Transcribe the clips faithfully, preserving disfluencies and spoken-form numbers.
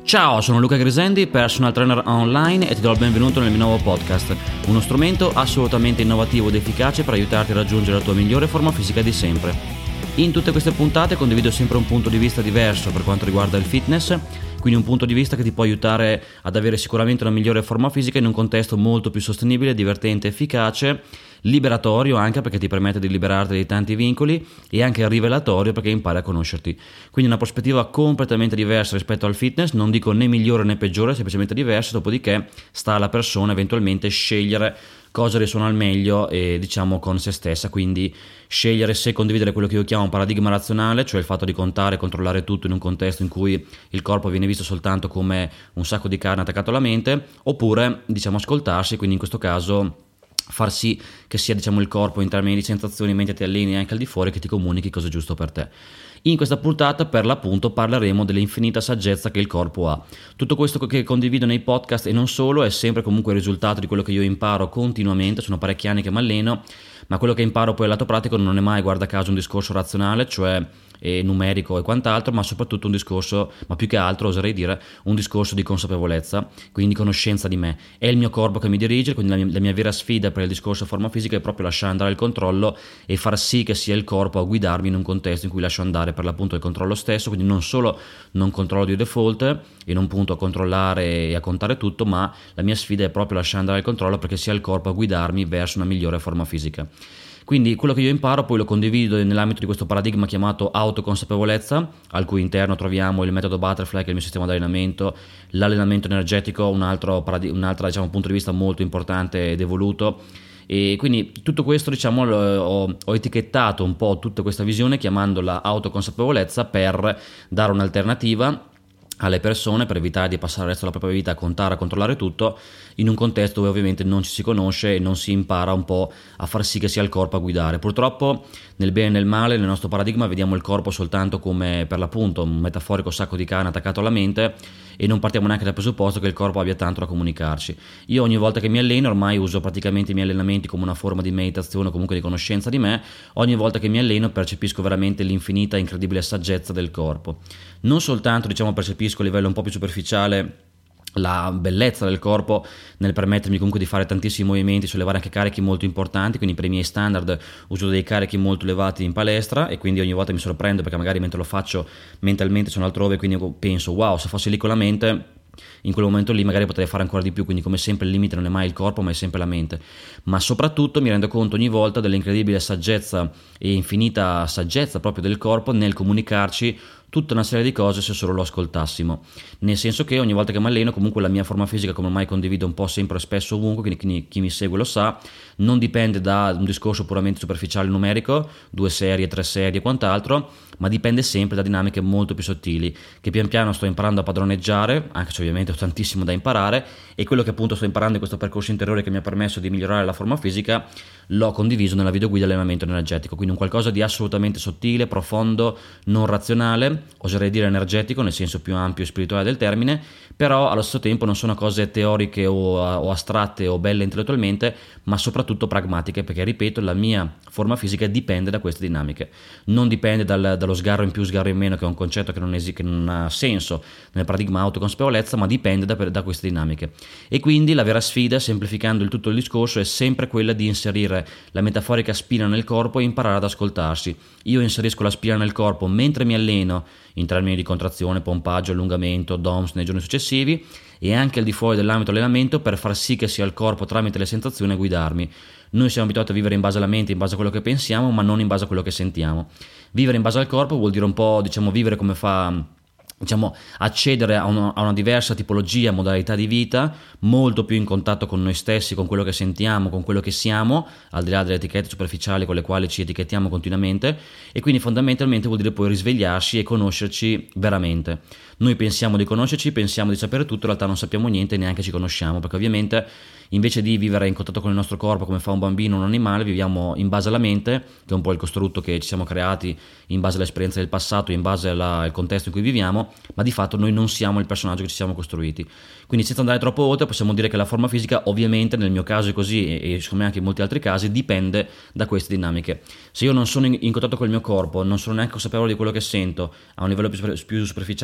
Ciao, sono Luca Grisendi, personal trainer online e ti do il benvenuto nel mio nuovo podcast, uno strumento assolutamente innovativo ed efficace per aiutarti a raggiungere la tua migliore forma fisica di sempre. In tutte queste puntate condivido sempre un punto di vista diverso per quanto riguarda il fitness, quindi un punto di vista che ti può aiutare ad avere sicuramente una migliore forma fisica in un contesto molto più sostenibile, divertente, efficace, liberatorio anche perché ti permette di liberarti di tanti vincoli e anche rivelatorio perché impari a conoscerti. Quindi una prospettiva completamente diversa rispetto al fitness, non dico né migliore né peggiore, semplicemente diversa, dopodiché sta alla persona eventualmente scegliere cosa risuona al meglio e diciamo con se stessa, quindi scegliere se condividere quello che io chiamo un paradigma razionale, cioè il fatto di contare e controllare tutto in un contesto in cui il corpo viene visto soltanto come un sacco di carne attaccato alla mente, oppure diciamo ascoltarsi, quindi in questo caso far sì che sia diciamo il corpo in termini di sensazioni mentre ti alleni anche al di fuori che ti comunichi cosa è giusto per te. In questa puntata per l'appunto parleremo dell'infinita saggezza che il corpo ha. Tutto questo che condivido nei podcast e non solo è sempre comunque il risultato di quello che io imparo continuamente, sono parecchi anni che mi alleno, ma quello che imparo poi al lato pratico non è mai guarda caso un discorso razionale, cioè e numerico e quant'altro, ma soprattutto un discorso, ma più che altro oserei dire un discorso di consapevolezza, quindi di conoscenza di me. È il mio corpo che mi dirige, quindi la mia, la mia vera sfida per il discorso forma fisica è proprio lasciare andare il controllo e far sì che sia il corpo a guidarmi in un contesto in cui lascio andare per l'appunto il controllo stesso, quindi non solo non controllo di default e non punto a controllare e a contare tutto, ma la mia sfida è proprio lasciare andare il controllo perché sia il corpo a guidarmi verso una migliore forma fisica. Quindi quello che io imparo poi lo condivido nell'ambito di questo paradigma chiamato autoconsapevolezza, al cui interno troviamo il metodo Butterfly, che è il mio sistema di allenamento, l'allenamento energetico, un altro, paradi- un altro diciamo, punto di vista molto importante ed evoluto. E quindi tutto questo diciamo ho, ho etichettato un po' tutta questa visione chiamandola autoconsapevolezza per dare un'alternativa alle persone, per evitare di passare il resto della propria vita a contare, a controllare tutto in un contesto dove ovviamente non ci si conosce e non si impara un po' a far sì che sia il corpo a guidare. Purtroppo nel bene e nel male nel nostro paradigma vediamo il corpo soltanto come per l'appunto un metaforico sacco di carne attaccato alla mente e non partiamo neanche dal presupposto che il corpo abbia tanto da comunicarci. Io ogni volta che mi alleno ormai uso praticamente i miei allenamenti come una forma di meditazione o comunque di conoscenza di me, ogni volta che mi alleno percepisco veramente l'infinita e incredibile saggezza del corpo. Non soltanto diciamo percepisco a livello un po' più superficiale la bellezza del corpo nel permettermi comunque di fare tantissimi movimenti, sollevare anche carichi molto importanti, quindi per i miei standard uso dei carichi molto elevati in palestra e quindi ogni volta mi sorprendo perché magari mentre lo faccio mentalmente sono altrove, quindi penso wow, se fossi lì con la mente in quel momento lì magari potrei fare ancora di più, quindi come sempre il limite non è mai il corpo ma è sempre la mente, ma soprattutto mi rendo conto ogni volta dell'incredibile saggezza e infinita saggezza proprio del corpo nel comunicarci tutta una serie di cose se solo lo ascoltassimo, nel senso che ogni volta che mi alleno comunque la mia forma fisica, come ormai condivido un po' sempre spesso ovunque, quindi chi mi segue lo sa, non dipende da un discorso puramente superficiale numerico, due serie, tre serie e quant'altro, ma dipende sempre da dinamiche molto più sottili che pian piano sto imparando a padroneggiare, anche se ovviamente ho tantissimo da imparare, e quello che appunto sto imparando in questo percorso interiore che mi ha permesso di migliorare la forma fisica l'ho condiviso nella videoguida allenamento energetico, quindi un qualcosa di assolutamente sottile, profondo, non razionale, oserei dire energetico nel senso più ampio e spirituale del termine, però allo stesso tempo non sono cose teoriche o, o astratte o belle intellettualmente, ma soprattutto pragmatiche, perché ripeto la mia forma fisica dipende da queste dinamiche, non dipende dal, dallo sgarro in più, sgarro in meno, che è un concetto che non, es- che non ha senso nel paradigma autoconsapevolezza, ma dipende da, da queste dinamiche. E quindi la vera sfida, semplificando il tutto il discorso, è sempre quella di inserire la metaforica spina nel corpo e imparare ad ascoltarsi. Io inserisco la spina nel corpo mentre mi alleno in termini di contrazione, pompaggio, allungamento, D O M S nei giorni successivi e anche al di fuori dell'ambito allenamento per far sì che sia il corpo tramite le sensazioni a guidarmi. Noi siamo abituati a vivere in base alla mente, in base a quello che pensiamo, ma non in base a quello che sentiamo. Vivere in base al corpo vuol dire un po', diciamo, vivere come fa... diciamo accedere a una, a una diversa tipologia, modalità di vita, molto più in contatto con noi stessi, con quello che sentiamo, con quello che siamo, al di là delle etichette superficiali con le quali ci etichettiamo continuamente, e quindi fondamentalmente vuol dire poi risvegliarsi e conoscerci veramente. Noi pensiamo di conoscerci, pensiamo di sapere tutto, in realtà non sappiamo niente e neanche ci conosciamo, perché ovviamente invece di vivere in contatto con il nostro corpo come fa un bambino o un animale, viviamo in base alla mente, che è un po' il costrutto che ci siamo creati in base all'esperienza del passato, in base alla, al contesto in cui viviamo, ma di fatto noi non siamo il personaggio che ci siamo costruiti. Quindi senza andare troppo oltre possiamo dire che la forma fisica, ovviamente nel mio caso è così e, e secondo me anche in molti altri casi, dipende da queste dinamiche. Se io non sono in, in contatto con il mio corpo, non sono neanche consapevole di quello che sento a un livello più, più superficiale per i muscoli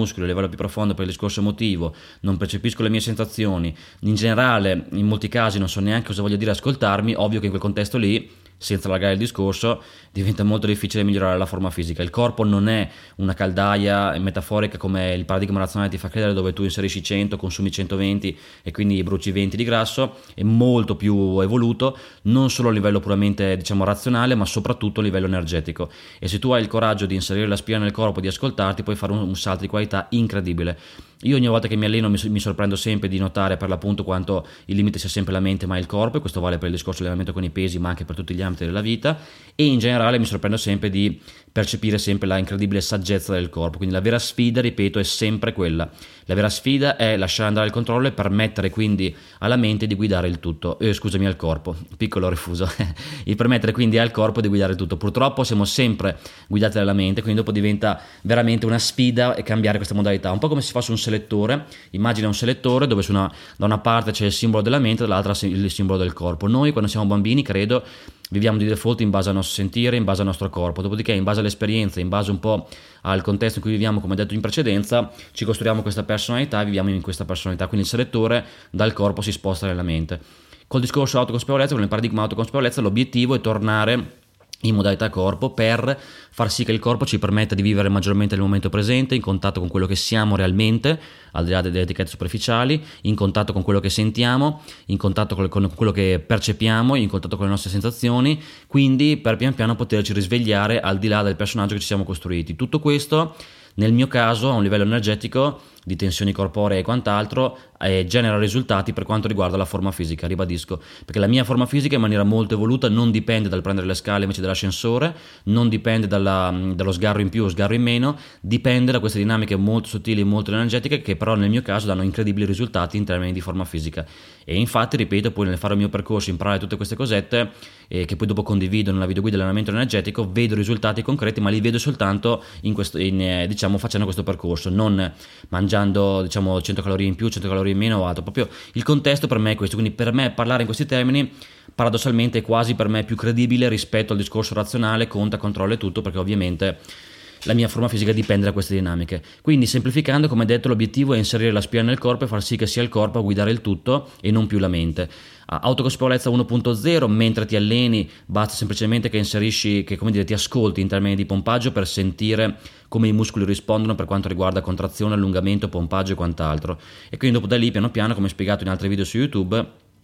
muscoli, a livello più profondo per il discorso emotivo, non percepisco le mie sensazioni, in generale in molti casi non so neanche cosa voglia dire ascoltarmi, ovvio che in quel contesto lì, senza allargare il discorso, diventa molto difficile migliorare la forma fisica. Il corpo non è una caldaia metaforica come il paradigma razionale ti fa credere, dove tu inserisci cento, consumi centoventi e quindi bruci venti di grasso. È molto più evoluto, non solo a livello puramente diciamo razionale, ma soprattutto a livello energetico. E se tu hai il coraggio di inserire la spina nel corpo, di ascoltarti, puoi fare un, un salto di qualità incredibile. Io ogni volta che mi alleno mi, mi sorprendo sempre di notare per l'appunto quanto il limite sia sempre la mente ma il corpo, e questo vale per il discorso dell'allenamento con i pesi ma anche per tutti gli ambiti della vita, e in generale mi sorprendo sempre di percepire sempre la incredibile saggezza del corpo. Quindi la vera sfida, ripeto, è sempre quella. La vera sfida è lasciare andare il controllo e permettere quindi alla mente di guidare il tutto, eh, scusami al corpo, piccolo refuso, di permettere quindi al corpo di guidare il tutto. Purtroppo siamo sempre guidati dalla mente, quindi dopo diventa veramente una sfida e cambiare questa modalità, un po' come se fosse un selettore. Immagina un selettore dove su una, da una parte c'è il simbolo della mente, dall'altra il simbolo del corpo. Noi quando siamo bambini, credo, viviamo di default in base al nostro sentire, in base al nostro corpo, dopodiché in base all'esperienza, in base un po' al contesto in cui viviamo, come detto in precedenza, ci costruiamo questa personalità e viviamo in questa personalità. Quindi il selettore dal corpo si sposta nella mente. Col discorso autoconsapevolezza, con il paradigma autoconsapevolezza, l'obiettivo è tornare in modalità corpo per far sì che il corpo ci permetta di vivere maggiormente il momento presente, in contatto con quello che siamo realmente, al di là delle etichette superficiali, in contatto con quello che sentiamo, in contatto con quello che percepiamo, in contatto con le nostre sensazioni, quindi per pian piano poterci risvegliare al di là del personaggio che ci siamo costruiti. Tutto questo nel mio caso a un livello energetico di tensioni corporee e quant'altro eh, genera risultati per quanto riguarda la forma fisica, ribadisco, perché la mia forma fisica in maniera molto evoluta non dipende dal prendere le scale invece dell'ascensore, non dipende dalla, dallo sgarro in più o sgarro in meno, dipende da queste dinamiche molto sottili e molto energetiche che però nel mio caso danno incredibili risultati in termini di forma fisica. E infatti, ripeto, poi nel fare il mio percorso, imparare tutte queste cosette eh, che poi dopo condivido nella videoguida dell'allenamento energetico, vedo risultati concreti, ma li vedo soltanto in questo, in, eh, diciamo facendo questo percorso, non mangiando diciamo cento calorie in più, cento calorie in meno o altro. Proprio il contesto per me è questo, quindi per me parlare in questi termini paradossalmente è quasi per me più credibile rispetto al discorso razionale, conta, controlla e tutto, perché ovviamente la mia forma fisica dipende da queste dinamiche. Quindi semplificando, come detto, l'obiettivo è inserire la spina nel corpo e far sì che sia il corpo a guidare il tutto e non più la mente. Autoconsapevolezza uno punto zero, mentre ti alleni basta semplicemente che inserisci, che come dire ti ascolti in termini di pompaggio per sentire come i muscoli rispondono per quanto riguarda contrazione, allungamento, pompaggio e quant'altro. E quindi dopo da lì piano piano, come spiegato in altri video su YouTube,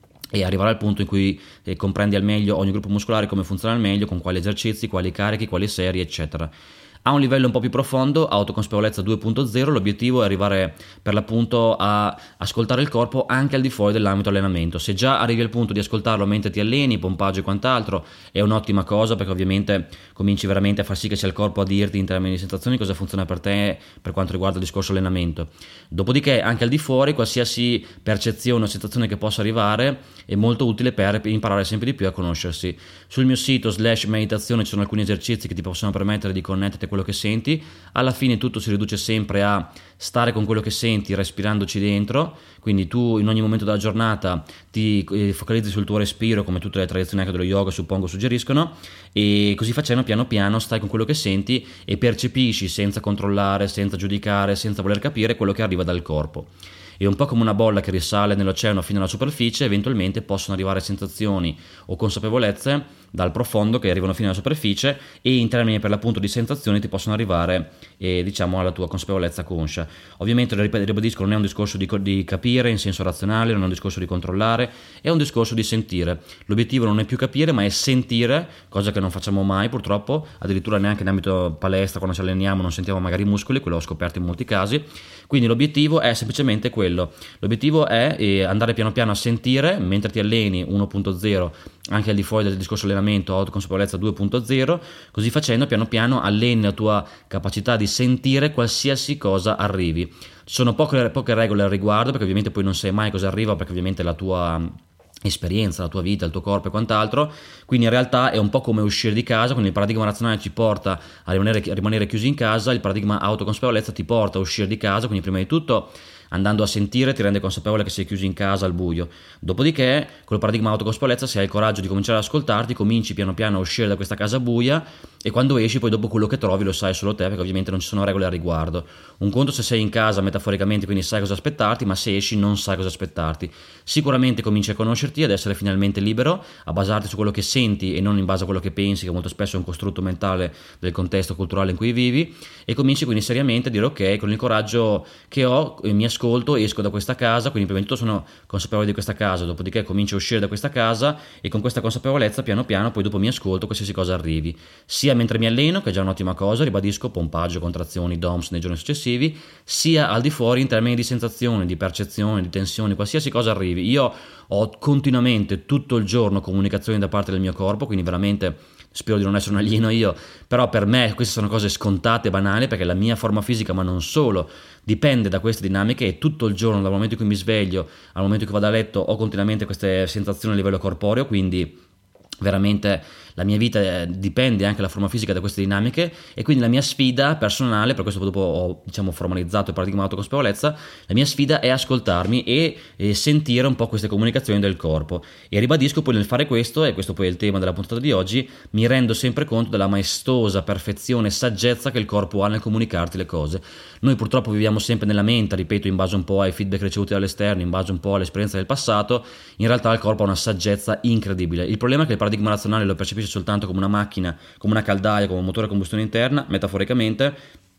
e arrivare al punto in cui eh, comprendi al meglio ogni gruppo muscolare, come funziona al meglio, con quali esercizi, quali carichi, quali serie, eccetera. A un livello un po' più profondo, autoconsapevolezza due punto zero, l'obiettivo è arrivare per l'appunto a ascoltare il corpo anche al di fuori dell'ambito allenamento. Se già arrivi al punto di ascoltarlo mentre ti alleni, pompaggio e quant'altro, è un'ottima cosa, perché ovviamente cominci veramente a far sì che sia il corpo a dirti in termini di sensazioni cosa funziona per te per quanto riguarda il discorso allenamento. Dopodiché anche al di fuori, qualsiasi percezione o sensazione che possa arrivare è molto utile per imparare sempre di più a conoscersi. Sul mio sito slash meditazione ci sono alcuni esercizi che ti possono permettere di connetterti quello che senti. Alla fine tutto si riduce sempre a stare con quello che senti respirandoci dentro, quindi tu in ogni momento della giornata ti focalizzi sul tuo respiro, come tutte le tradizioni anche dello yoga suppongo suggeriscono, e così facendo piano piano stai con quello che senti e percepisci senza controllare, senza giudicare, senza voler capire quello che arriva dal corpo. È un po' come una bolla che risale nell'oceano fino alla superficie, eventualmente possono arrivare sensazioni o consapevolezze dal profondo che arrivano fino alla superficie e in termini per l'appunto di sensazioni ti possono arrivare eh, diciamo alla tua consapevolezza conscia. Ovviamente ribadisco, non è un discorso di, di capire in senso razionale, non è un discorso di controllare, è un discorso di sentire. L'obiettivo non è più capire ma è sentire, cosa che non facciamo mai purtroppo, addirittura neanche in ambito palestra quando ci alleniamo non sentiamo magari i muscoli, quello ho scoperto in molti casi. Quindi l'obiettivo è semplicemente quello, l'obiettivo è eh, andare piano piano a sentire mentre ti alleni uno punto zero, anche al di fuori del discorso allenamento autoconsapevolezza due punto zero, così facendo piano piano alleni la tua capacità di sentire qualsiasi cosa arrivi. Ci sono poche, poche regole al riguardo, perché ovviamente poi non sai mai cosa arriva, perché ovviamente la tua esperienza, la tua vita, il tuo corpo e quant'altro, quindi in realtà è un po' come uscire di casa, quindi il paradigma razionale ci porta a rimanere, a rimanere chiusi in casa, il paradigma autoconsapevolezza ti porta a uscire di casa, quindi prima di tutto andando a sentire ti rende consapevole che sei chiuso in casa al buio. Dopodiché, col paradigma autoconsapevolezza, se hai il coraggio di cominciare ad ascoltarti, cominci piano piano a uscire da questa casa buia, e quando esci poi dopo quello che trovi lo sai solo te, perché ovviamente non ci sono regole al riguardo. Un conto se sei in casa metaforicamente, quindi sai cosa aspettarti, ma se esci non sai cosa aspettarti. Sicuramente cominci a conoscerti, ad essere finalmente libero, a basarti su quello che senti e non in base a quello che pensi, che molto spesso è un costrutto mentale del contesto culturale in cui vivi, e cominci quindi seriamente a dire ok, con il coraggio che ho mi ascolto, esco da questa casa, quindi prima di tutto sono consapevole di questa casa, dopodiché comincio a uscire da questa casa e con questa consapevolezza piano piano poi dopo mi ascolto qualsiasi cosa arrivi, sia mentre mi alleno, che è già un'ottima cosa, ribadisco, pompaggio, contrazioni, D O M S nei giorni successivi, sia al di fuori in termini di sensazioni, di percezione, di tensioni, qualsiasi cosa arrivi. Io ho continuamente tutto il giorno comunicazioni da parte del mio corpo, quindi veramente spero di non essere un alieno io, però per me queste sono cose scontate, banali, perché la mia forma fisica, ma non solo, dipende da queste dinamiche, e tutto il giorno, dal momento in cui mi sveglio al momento in cui vado a letto, ho continuamente queste sensazioni a livello corporeo, quindi veramente la mia vita dipende anche la forma fisica da queste dinamiche, e quindi la mia sfida personale, per questo dopo ho diciamo formalizzato il paradigma autoconsapevolezza, la mia sfida è ascoltarmi e, e sentire un po' queste comunicazioni del corpo, e ribadisco poi nel fare questo, e questo poi è il tema della puntata di oggi, mi rendo sempre conto della maestosa perfezione e saggezza che il corpo ha nel comunicarti le cose. Noi purtroppo viviamo sempre nella mente, ripeto, in base un po' ai feedback ricevuti dall'esterno, in base un po' all'esperienza del passato. In realtà il corpo ha una saggezza incredibile. Il problema è che il paradigma razionale lo percepisce soltanto come una macchina, come una caldaia, come un motore a combustione interna, metaforicamente.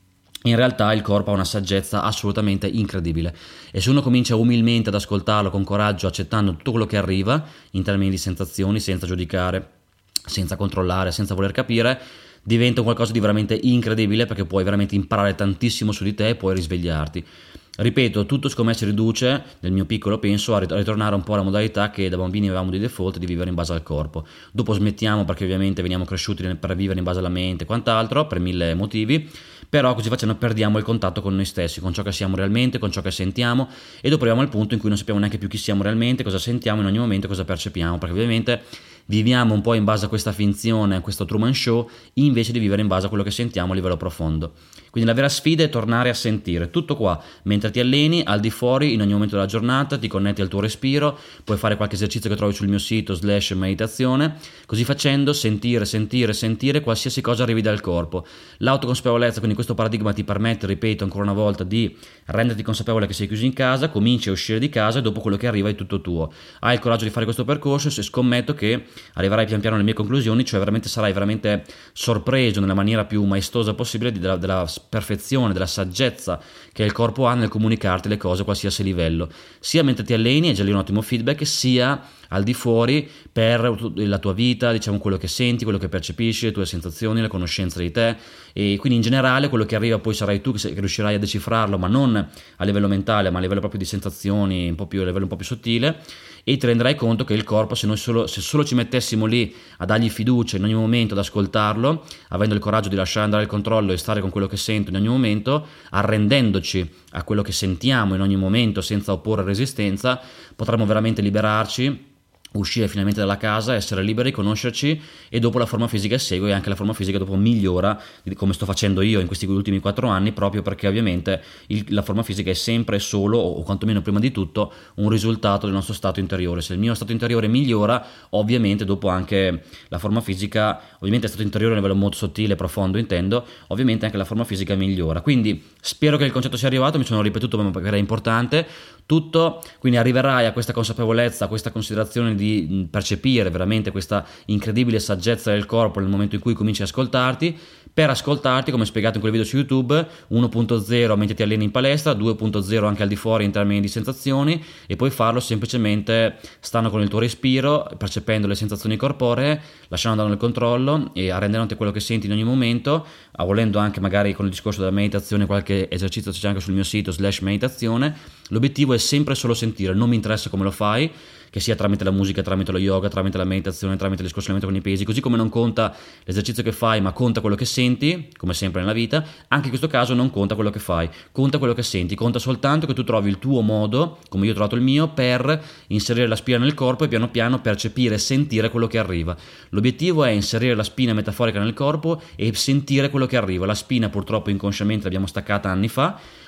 In realtà il corpo ha una saggezza assolutamente incredibile, e se uno comincia umilmente ad ascoltarlo con coraggio, accettando tutto quello che arriva in termini di sensazioni, senza giudicare, senza controllare, senza voler capire, diventa qualcosa di veramente incredibile, perché puoi veramente imparare tantissimo su di te e puoi risvegliarti. Ripeto, tutto secondo me si riduce, nel mio piccolo penso, a ritornare un po' alla modalità che da bambini avevamo di default, di vivere in base al corpo. Dopo smettiamo, perché ovviamente veniamo cresciuti per vivere in base alla mente e quant'altro, per mille motivi, però così facendo perdiamo il contatto con noi stessi, con ciò che siamo realmente, con ciò che sentiamo, e dopo arriviamo al punto in cui non sappiamo neanche più chi siamo realmente, cosa sentiamo in ogni momento, cosa percepiamo, perché ovviamente viviamo un po' in base a questa finzione, a questo Truman Show, invece di vivere in base a quello che sentiamo a livello profondo. Quindi la vera sfida è tornare a sentire tutto qua, mentre ti alleni, al di fuori, in ogni momento della giornata, ti connetti al tuo respiro, puoi fare qualche esercizio che trovi sul mio sito slash meditazione, così facendo sentire, sentire, sentire qualsiasi cosa arrivi dal corpo. L'autoconsapevolezza, quindi questo paradigma ti permette, ripeto ancora una volta, di renderti consapevole che sei chiuso in casa, cominci a uscire di casa e dopo quello che arriva è tutto tuo. Hai il coraggio di fare questo percorso, e scommetto che arriverai pian piano alle mie conclusioni, cioè veramente sarai veramente sorpreso nella maniera più maestosa possibile della, della perfezione, della saggezza che il corpo ha nel comunicarti le cose a qualsiasi livello, sia mentre ti alleni, è già lì un ottimo feedback, sia al di fuori per la tua vita, diciamo quello che senti, quello che percepisci, le tue sensazioni, la conoscenza di te, e quindi in generale quello che arriva poi sarai tu che riuscirai a decifrarlo, ma non a livello mentale, ma a livello proprio di sensazioni, un po' più a livello un po' più sottile, e ti renderai conto che il corpo, se noi solo, se solo ci mettessimo lì a dargli fiducia in ogni momento, ad ascoltarlo, avendo il coraggio di lasciare andare il controllo e stare con quello che sento in ogni momento, arrendendoci a quello che sentiamo in ogni momento senza opporre resistenza, potremmo veramente liberarci, uscire finalmente dalla casa, essere liberi, conoscerci, e dopo la forma fisica segue, e anche la forma fisica dopo migliora, come sto facendo io in questi ultimi quattro anni, proprio perché ovviamente il, la forma fisica è sempre solo, o quantomeno prima di tutto, un risultato del nostro stato interiore. Se il mio stato interiore migliora, ovviamente dopo anche la forma fisica, ovviamente il stato interiore a livello molto sottile, profondo intendo, ovviamente anche la forma fisica migliora. Quindi spero che il concetto sia arrivato, mi sono ripetuto ma perché era importante tutto, quindi arriverai a questa consapevolezza, a questa considerazione di percepire veramente questa incredibile saggezza del corpo nel momento in cui cominci a ascoltarti. Per ascoltarti, come spiegato in quel video su YouTube, uno punto zero mentre ti alleni in palestra, due punto zero anche al di fuori in termini di sensazioni, e puoi farlo semplicemente stando con il tuo respiro, percependo le sensazioni corporee, lasciando andare il controllo e arrendendoti quello che senti in ogni momento, volendo anche magari con il discorso della meditazione qualche esercizio c'è anche sul mio sito slash meditazione. L'obiettivo è sempre solo sentire, non mi interessa come lo fai, che sia tramite la musica, tramite lo yoga, tramite la meditazione, tramite il discorso con i pesi, così come non conta l'esercizio che fai ma conta quello che senti, come sempre nella vita, anche in questo caso non conta quello che fai, conta quello che senti, conta soltanto che tu trovi il tuo modo, come io ho trovato il mio, per inserire la spina nel corpo e piano piano percepire e sentire quello che arriva. L'obiettivo è inserire la spina metaforica nel corpo e sentire quello che arriva. La spina purtroppo inconsciamente l'abbiamo staccata anni fa,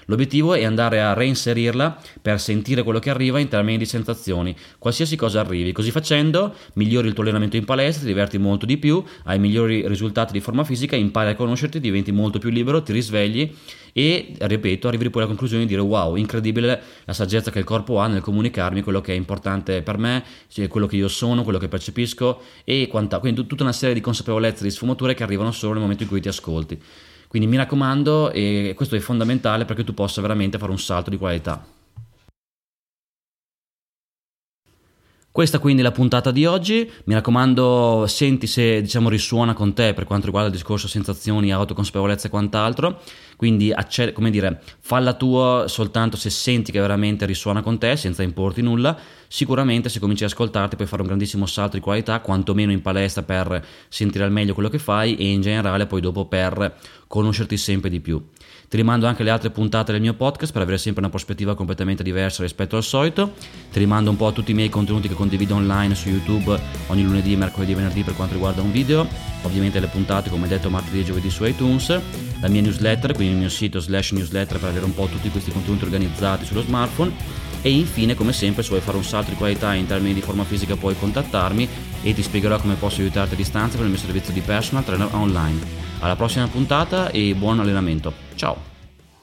L'obiettivo è andare a reinserirla per sentire quello che arriva in termini di sensazioni, qualsiasi cosa arrivi. Così facendo migliori il tuo allenamento in palestra, ti diverti molto di più, hai migliori risultati di forma fisica, impari a conoscerti, diventi molto più libero, ti risvegli e, ripeto, arrivi poi alla conclusione di dire wow, incredibile la saggezza che il corpo ha nel comunicarmi quello che è importante per me, cioè quello che io sono, quello che percepisco e quant'altro. Quindi tutta una serie di consapevolezze, di sfumature che arrivano solo nel momento in cui ti ascolti. Quindi mi raccomando, e questo è fondamentale perché tu possa veramente fare un salto di qualità. Questa quindi è la puntata di oggi, mi raccomando senti se diciamo risuona con te per quanto riguarda il discorso sensazioni, autoconsapevolezza e quant'altro, quindi acced- come dire, falla tua soltanto se senti che veramente risuona con te senza importi nulla. Sicuramente se cominci ad ascoltarti puoi fare un grandissimo salto di qualità, quantomeno in palestra per sentire al meglio quello che fai e in generale poi dopo per conoscerti sempre di più. Ti rimando anche alle altre puntate del mio podcast per avere sempre una prospettiva completamente diversa rispetto al solito. Ti rimando un po' a tutti i miei contenuti che condivido online su YouTube ogni lunedì, mercoledì e venerdì per quanto riguarda un video. Ovviamente le puntate, come detto, martedì e giovedì su iTunes. La mia newsletter, quindi il mio sito slash newsletter per avere un po' tutti questi contenuti organizzati sullo smartphone. E infine, come sempre, se vuoi fare un salto di qualità in termini di forma fisica puoi contattarmi e ti spiegherò come posso aiutarti a distanza con il mio servizio di personal trainer online. Alla prossima puntata e buon allenamento. Ciao!